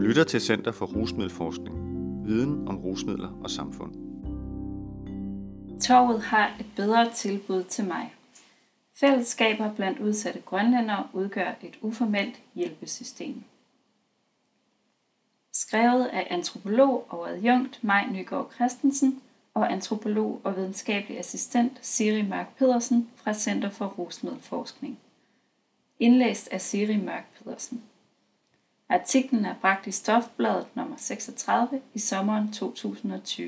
lytter til Center for Rusmiddelforskning. Viden om rusmidler og samfund. Torvet har et bedre tilbud til mig. Fællesskaber blandt udsatte grønlændere udgør et uformelt hjælpesystem. Skrevet af antropolog og adjunkt Maj Nygaard Christensen og antropolog og videnskabelig assistent Siri Mørk Pedersen fra Center for Rusmiddelforskning. Indlæst af Siri Mørk Pedersen. Artiklen er bragt i Stofbladet nummer 36 i sommeren 2020.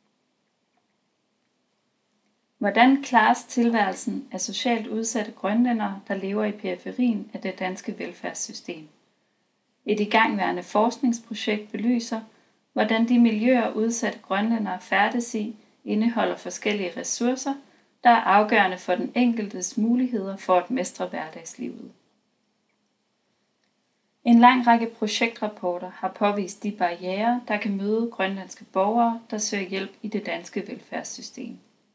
Hvordan klares tilværelsen af socialt udsatte grønlændere, der lever i periferien af det danske velfærdssystem? Et igangværende forskningsprojekt belyser, hvordan de miljøer udsatte grønlændere færdes i, indeholder forskellige ressourcer, der er afgørende for den enkeltes muligheder for at mestre hverdagslivet. En lang række projektrapporter har påvist de barrierer, der kan møde grønlandske borgere, der søger hjælp i det danske velfærdssystem.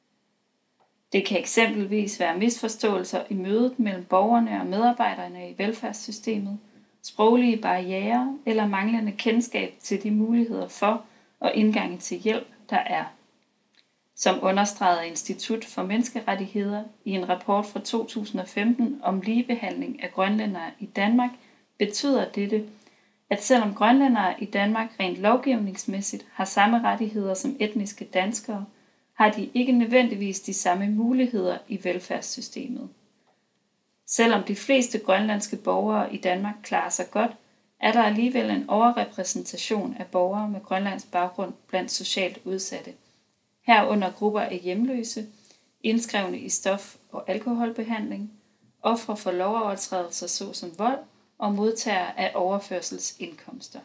Det kan eksempelvis være misforståelser i mødet mellem borgerne og medarbejderne i velfærdssystemet, sproglige barrierer eller manglende kendskab til de muligheder for og indgange til hjælp, der er. Som understreget af Institut for Menneskerettigheder i en rapport fra 2015 om ligebehandling af grønlændere i Danmark, betyder dette, at selvom grønlændere i Danmark rent lovgivningsmæssigt har samme rettigheder som etniske danskere, har de ikke nødvendigvis de samme muligheder i velfærdssystemet. Selvom de fleste grønlandske borgere i Danmark klarer sig godt, er der alligevel en overrepræsentation af borgere med grønlandsk baggrund blandt socialt udsatte. Herunder grupper af hjemløse, indskrevne i stof- og alkoholbehandling, ofre for lovovertrædelser såsom vold og modtagere af overførselsindkomster.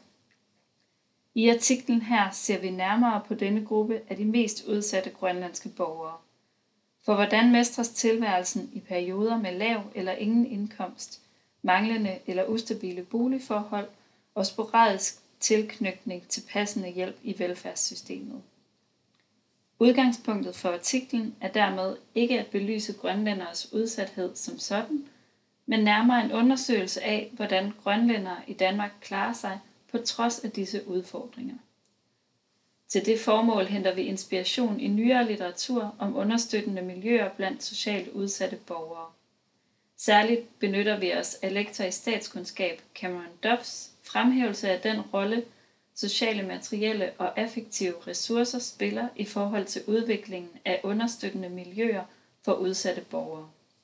I artiklen her ser vi nærmere på denne gruppe af de mest udsatte grønlandske borgere. For hvordan mestres tilværelsen i perioder med lav eller ingen indkomst, manglende eller ustabile boligforhold og sporadisk tilknytning til passende hjælp i velfærdssystemet. Udgangspunktet for artiklen er dermed ikke at belyse grønlænderes udsathed som sådan, men nærmere en undersøgelse af, hvordan grønlændere i Danmark klarer sig på trods af disse udfordringer. Til det formål henter vi inspiration i nyere litteratur om understøttende miljøer blandt socialt udsatte borgere. Særligt benytter vi os af lektor i statskundskab Cameron Duffs fremhævelse af den rolle, sociale, materielle og affektive ressourcer spiller i forhold til udviklingen af understøttende miljøer for udsatte borgere.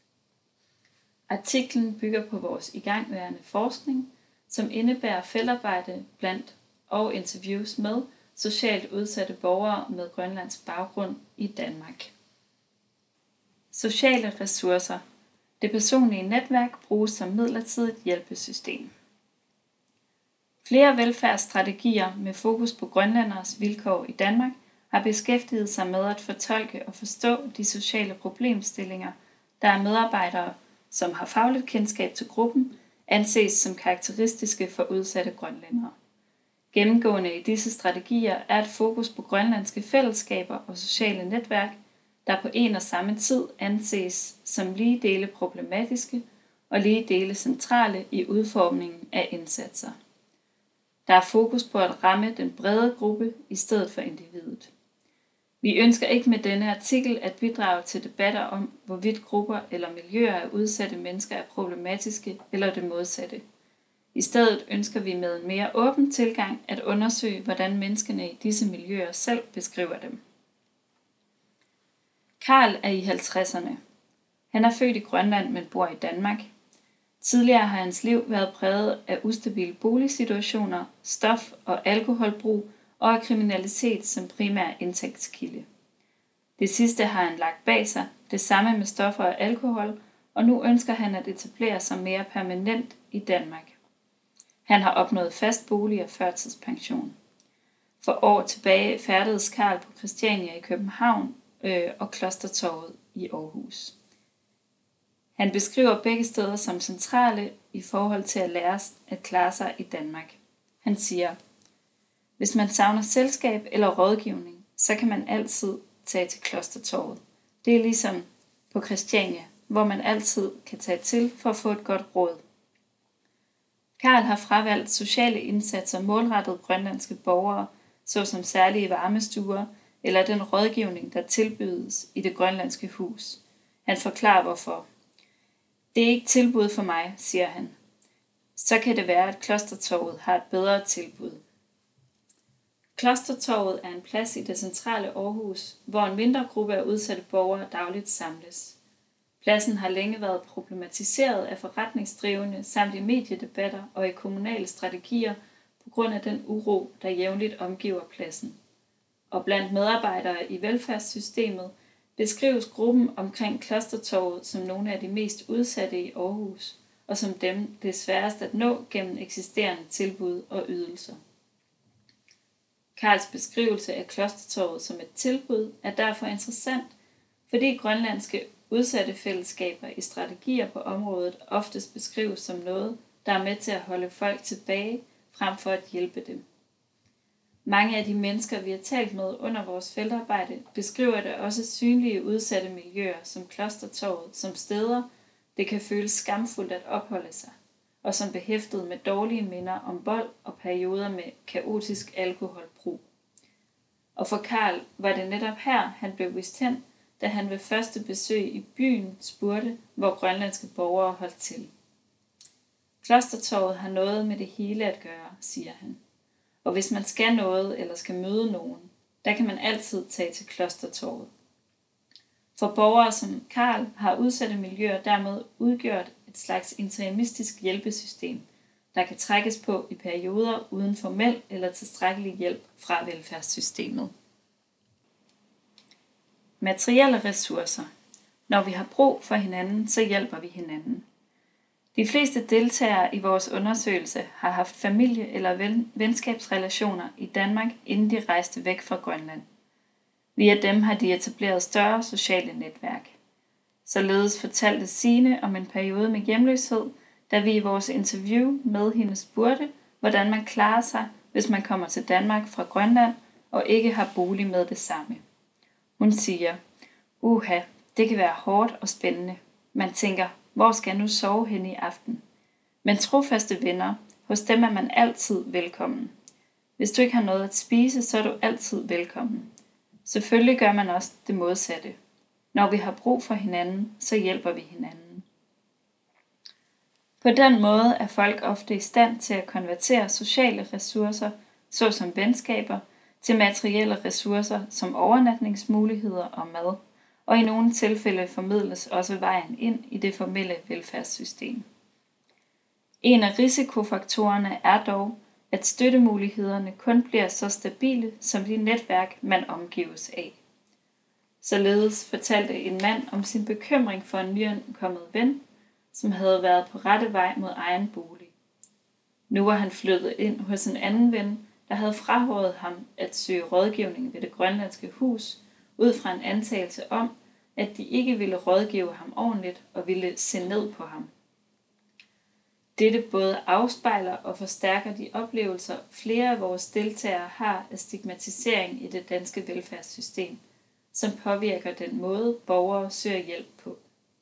Artiklen bygger på vores igangværende forskning, som indebærer feltarbejde blandt og interviews med socialt udsatte borgere med grønlandsk baggrund i Danmark. Sociale ressourcer. Det personlige netværk bruges som midlertidigt hjælpesystem. Flere velfærdsstrategier med fokus på grønlænderes vilkår i Danmark har beskæftiget sig med at fortolke og forstå de sociale problemstillinger, der er medarbejdere, som har fagligt kendskab til gruppen, anses som karakteristiske for udsatte grønlændere. Gennemgående i disse strategier er et fokus på grønlandske fællesskaber og sociale netværk, der på en og samme tid anses som lige dele problematiske og lige dele centrale i udformningen af indsatser. Der er fokus på at ramme den brede gruppe i stedet for individet. Vi ønsker ikke med denne artikel at bidrage til debatter om, hvorvidt grupper eller miljøer af udsatte mennesker er problematiske eller det modsatte. I stedet ønsker vi med en mere åben tilgang at undersøge, hvordan menneskene i disse miljøer selv beskriver dem. Karl er i 50'erne. Han er født i Grønland, men bor i Danmark. Tidligere har hans liv været præget af ustabile boligsituationer, stof- og alkoholbrug og af kriminalitet som primær indtægtskilde. Det sidste har han lagt bag sig, det samme med stoffer og alkohol, og nu ønsker han at etablere sig mere permanent i Danmark. Han har opnået fast bolig og førtidspension. For år tilbage færdedes Karl på Christiania i København og Klostertorvet i Aarhus. Han beskriver begge steder som centrale i forhold til at lære at klare sig i Danmark. Han siger, hvis man savner selskab eller rådgivning, så kan man altid tage til Klostertorvet. Det er ligesom på Christiania, hvor man altid kan tage til for at få et godt råd. Karl har fravalgt sociale indsatser målrettet grønlandske borgere, såsom særlige varmestuer eller den rådgivning, der tilbydes i det grønlandske hus. Han forklarer hvorfor. Det er ikke tilbud for mig, siger han. Så kan det være, at Klostertorvet har et bedre tilbud. Klostertorvet er en plads i det centrale Aarhus, hvor en mindre gruppe af udsatte borgere dagligt samles. Pladsen har længe været problematiseret af forretningsdrivende samt i mediedebatter og i kommunale strategier på grund af den uro, der jævnligt omgiver pladsen. Og blandt medarbejdere i velfærdssystemet beskrives gruppen omkring Klostertorvet som nogle af de mest udsatte i Aarhus, og som dem det er sværest at nå gennem eksisterende tilbud og ydelser. Karls beskrivelse af Klostertorvet som et tilbud er derfor interessant, fordi grønlandske udsatte fællesskaber i strategier på området oftest beskrives som noget, der er med til at holde folk tilbage, frem for at hjælpe dem. Mange af de mennesker, vi har talt med under vores feltarbejde, beskriver da også synlige udsatte miljøer som Klostertorvet som steder, det kan føles skamfuldt at opholde sig, og som behæftet med dårlige minder om vold og perioder med kaotisk alkoholbrug. Og for Karl var det netop her, han blev vist hen, da han ved første besøg i byen spurgte, hvor grønlandske borgere holdt til. Klostertorvet har noget med det hele at gøre, siger han. Og hvis man skal noget eller skal møde nogen, der kan man altid tage til Klostertorvet. For borgere som Karl har udsatte miljøer dermed udgjort et slags interimistisk hjælpesystem, der kan trækkes på i perioder uden formel eller tilstrækkelig hjælp fra velfærdssystemet. Materielle ressourcer. Når vi har brug for hinanden, så hjælper vi hinanden. De fleste deltagere i vores undersøgelse har haft familie- eller venskabsrelationer i Danmark, inden de rejste væk fra Grønland. Via dem har de etableret større sociale netværk. Således fortalte Signe om en periode med hjemløshed, da vi i vores interview med hende spurgte, hvordan man klarer sig, hvis man kommer til Danmark fra Grønland og ikke har bolig med det samme. Hun siger, det kan være hårdt og spændende. Man tænker, hvor skal jeg nu sove hen i aften? Men trofaste venner, hos dem er man altid velkommen. Hvis du ikke har noget at spise, så er du altid velkommen. Selvfølgelig gør man også det modsatte. Når vi har brug for hinanden, så hjælper vi hinanden. På den måde er folk ofte i stand til at konvertere sociale ressourcer, såsom venskaber, til materielle ressourcer som overnatningsmuligheder og mad, og i nogle tilfælde formidles også vejen ind i det formelle velfærdssystem. En af risikofaktorerne er dog, at støttemulighederne kun bliver så stabile som de netværk, man omgives af. Således fortalte en mand om sin bekymring for en nyankommet ven, som havde været på rette vej mod egen bolig. Nu var han flyttet ind hos en anden ven, der havde frarådet ham at søge rådgivning ved det grønlandske hus, ud fra en antagelse om, at de ikke ville rådgive ham ordentligt og ville se ned på ham. Dette både afspejler og forstærker de oplevelser, flere af vores deltagere har af stigmatisering i det danske velfærdssystem, som påvirker den måde, borgere søger hjælp på.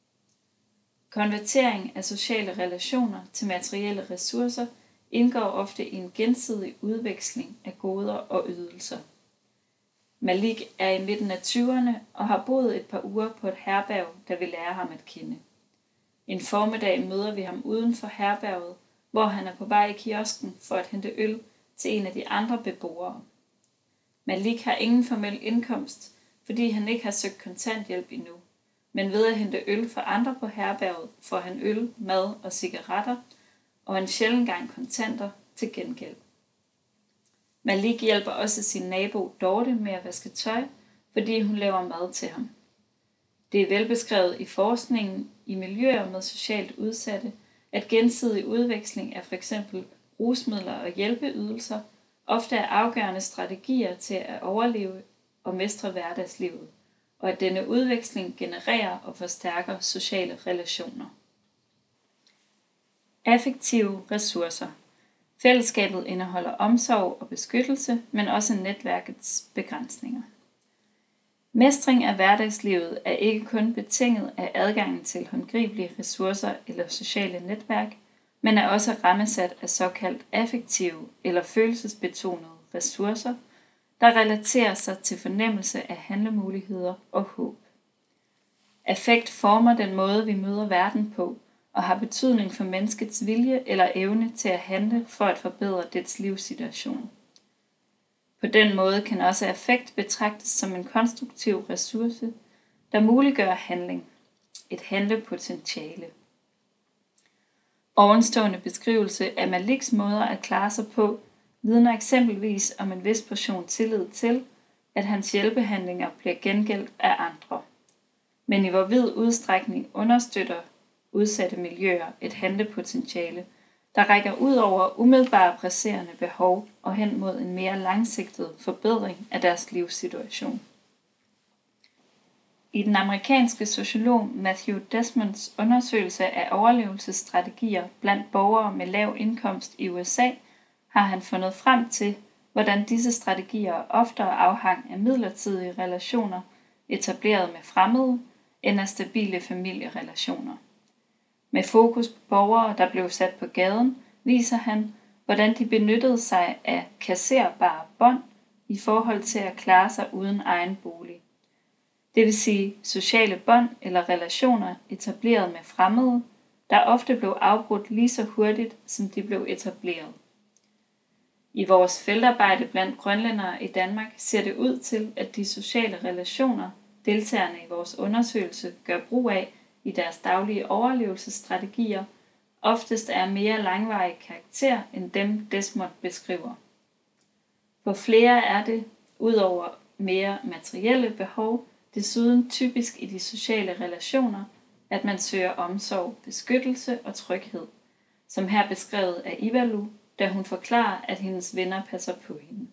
Konvertering af sociale relationer til materielle ressourcer indgår ofte i en gensidig udveksling af goder og ydelser. Malik er i midten af 20'erne og har boet et par uger på et herberg, der vil lære ham at kende. En formiddag møder vi ham uden for herberget, hvor han er på vej i kiosken for at hente øl til en af de andre beboere. Malik har ingen formel indkomst, fordi han ikke har søgt kontanthjælp endnu, men ved at hente øl fra andre på herberget får han øl, mad og cigaretter, og en sjælden gang kontanter til gengæld. Malik hjælper også sin nabo Dorte med at vaske tøj, fordi hun laver mad til ham. Det er velbeskrevet i forskningen i miljøer med socialt udsatte, at gensidig udveksling af f.eks. rusmidler og hjælpeydelser ofte er afgørende strategier til at overleve og mestre hverdagslivet, og at denne udveksling genererer og forstærker sociale relationer. Affektive ressourcer. Fællesskabet indeholder omsorg og beskyttelse, men også netværkets begrænsninger. Mestring af hverdagslivet er ikke kun betinget af adgangen til håndgribelige ressourcer eller sociale netværk, men er også rammesat af såkaldt affektive eller følelsesbetonede ressourcer, der relaterer sig til fornemmelse af handlemuligheder og håb. Affekt former den måde, vi møder verden på, og har betydning for menneskets vilje eller evne til at handle for at forbedre dets livssituation. På den måde kan også affekt betragtes som en konstruktiv ressource, der muliggør handling, et handlepotentiale. Ovenstående beskrivelse af Maliks måder at klare sig på, vidner eksempelvis om en vis portion tillid til, at hans hjælpehandlinger bliver gengældt af andre. Men i hvor vid udstrækning understøtter udsatte miljøer et handlepotentiale, der rækker ud over umiddelbare presserende behov og hen mod en mere langsigtet forbedring af deres livssituation. I den amerikanske sociolog Matthew Desmonds undersøgelse af overlevelsesstrategier blandt borgere med lav indkomst i USA, har han fundet frem til, hvordan disse strategier oftere afhang af midlertidige relationer, etableret med fremmede, end af stabile familierelationer. Med fokus på borgere, der blev sat på gaden, viser han, hvordan de benyttede sig af kasserbare bånd i forhold til at klare sig uden egen bolig. Det vil sige sociale bånd eller relationer etableret med fremmede, der ofte blev afbrudt lige så hurtigt, som de blev etableret. I vores feltarbejde blandt grønlændere i Danmark ser det ud til, at de sociale relationer, deltagerne i vores undersøgelse gør brug af i deres daglige overlevelsesstrategier, oftest er mere langvarig karakter end dem Desmond beskriver. For flere er det, udover mere materielle behov, desuden typisk i de sociale relationer, at man søger omsorg, beskyttelse og tryghed, som her beskrevet af Ivalu, da hun forklarer, at hendes venner passer på hende.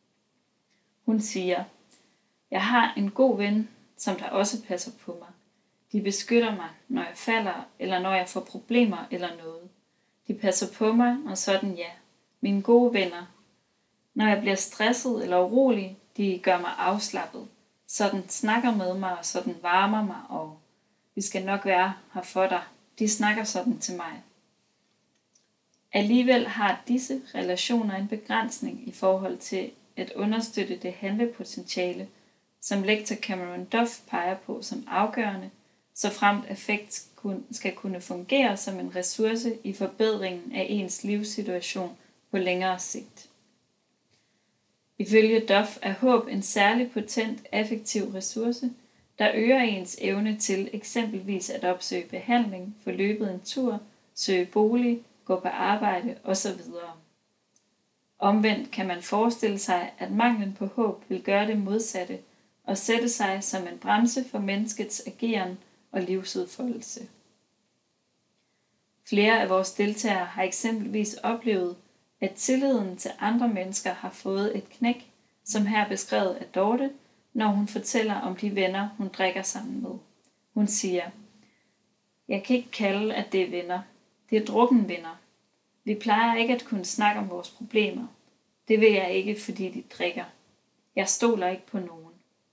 Hun siger, jeg har en god ven, som der også passer på mig. De beskytter mig, når jeg falder, eller når jeg får problemer eller noget. De passer på mig, og sådan ja. Mine gode venner. Når jeg bliver stresset eller urolig, de gør mig afslappet. Sådan snakker med mig, og sådan varmer mig, og vi skal nok være her for dig. De snakker sådan til mig. Alligevel har disse relationer en begrænsning i forhold til at understøtte det handlepotentiale, som lektor Cameron Duff peger på som afgørende, så fremt affekt skal kunne fungere som en ressource i forbedringen af ens livssituation på længere sigt. Ifølge Duff er håb en særlig potent affektiv ressource, der øger ens evne til eksempelvis at opsøge behandling, få løbet en tur, søge bolig, gå på arbejde osv. Omvendt kan man forestille sig, at manglen på håb vil gøre det modsatte og sætte sig som en bremse for menneskets ageren og livsudfoldelse. Flere af vores deltagere har eksempelvis oplevet, at tilliden til andre mennesker har fået et knæk, som her beskrevet af Dorte, når hun fortæller om de venner, hun drikker sammen med. Hun siger, jeg kan ikke kalde, at det er venner. Det er drukkenvenner. Vi plejer ikke at kunne snakke om vores problemer. Det vil jeg ikke, fordi de drikker. Jeg stoler ikke på nogen.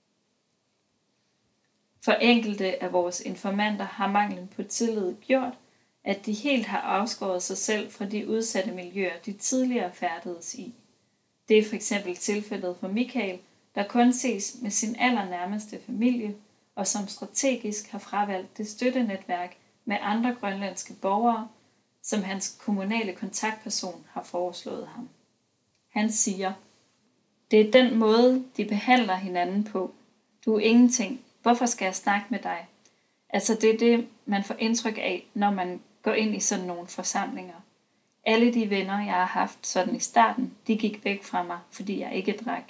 For enkelte af vores informanter har manglen på tillid gjort, at de helt har afskåret sig selv fra de udsatte miljøer, de tidligere færdedes i. Det er for eksempel tilfældet for Michael, der kun ses med sin allernærmeste familie, og som strategisk har fravalgt det støttenetværk med andre grønlandske borgere, som hans kommunale kontaktperson har foreslået ham. Han siger, det er den måde, de behandler hinanden på. Du er ingenting. Hvorfor skal jeg snakke med dig? Altså det er det, man får indtryk af, når man går ind i sådan nogle forsamlinger. Alle de venner, jeg har haft sådan i starten, de gik væk fra mig, fordi jeg ikke drak.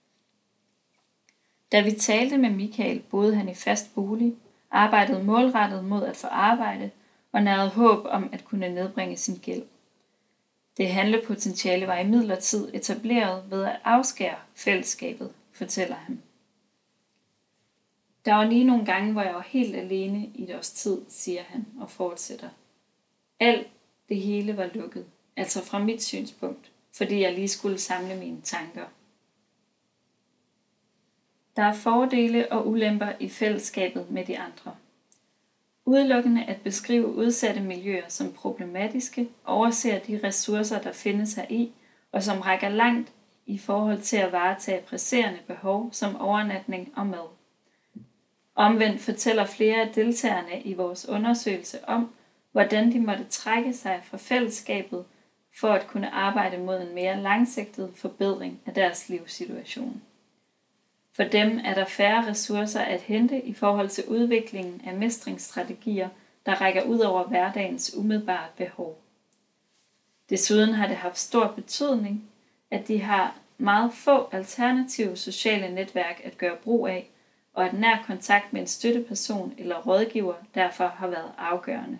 Da vi talte med Michael, boede han i fast bolig, arbejdede målrettet mod at få arbejde og nærede håb om at kunne nedbringe sin gæld. Det handlepotentiale var imidlertid etableret ved at afskære fællesskabet, fortæller han. Der var lige nogle gange, hvor jeg var helt alene i et års tid, siger han og fortsætter. Alt det hele var lukket, altså fra mit synspunkt, fordi jeg lige skulle samle mine tanker. Der er fordele og ulemper i fællesskabet med de andre. Udelukkende at beskrive udsatte miljøer som problematiske, overser de ressourcer, der findes heri, og som rækker langt i forhold til at varetage presserende behov som overnatning og mad. Omvendt fortæller flere af deltagerne i vores undersøgelse om, hvordan de måtte trække sig fra fællesskabet for at kunne arbejde mod en mere langsigtet forbedring af deres livssituation. For dem er der færre ressourcer at hente i forhold til udviklingen af mestringsstrategier, der rækker ud over hverdagens umiddelbare behov. Desuden har det haft stor betydning, at de har meget få alternative sociale netværk at gøre brug af, og at nær kontakt med en støtteperson eller rådgiver derfor har været afgørende.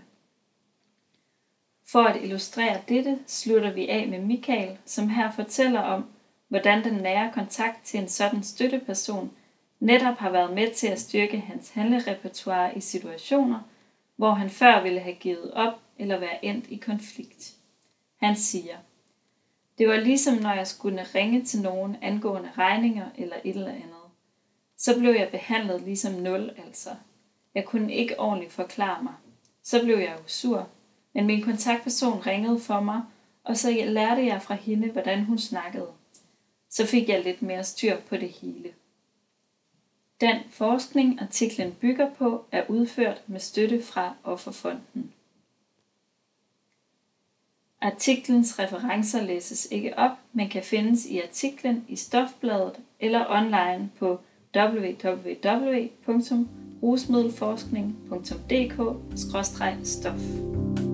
For at illustrere dette slutter vi af med Michael, som her fortæller om, hvordan den nære kontakt til en sådan støtteperson netop har været med til at styrke hans handlerepertoire i situationer, hvor han før ville have givet op eller være endt i konflikt. Han siger: "Det var ligesom når jeg skulle ringe til nogen angående regninger eller et eller andet. Så blev jeg behandlet ligesom nul altså. Jeg kunne ikke ordentligt forklare mig. Så blev jeg jo sur, men min kontaktperson ringede for mig, og så lærte jeg fra hende, hvordan hun snakkede. Så fik jeg lidt mere styr på det hele." Den forskning, artiklen bygger på, er udført med støtte fra Offerfonden. Artiklens referencer læses ikke op, men kan findes i artiklen i Stofbladet eller online på www.rusmiddelforskning.dk/stof.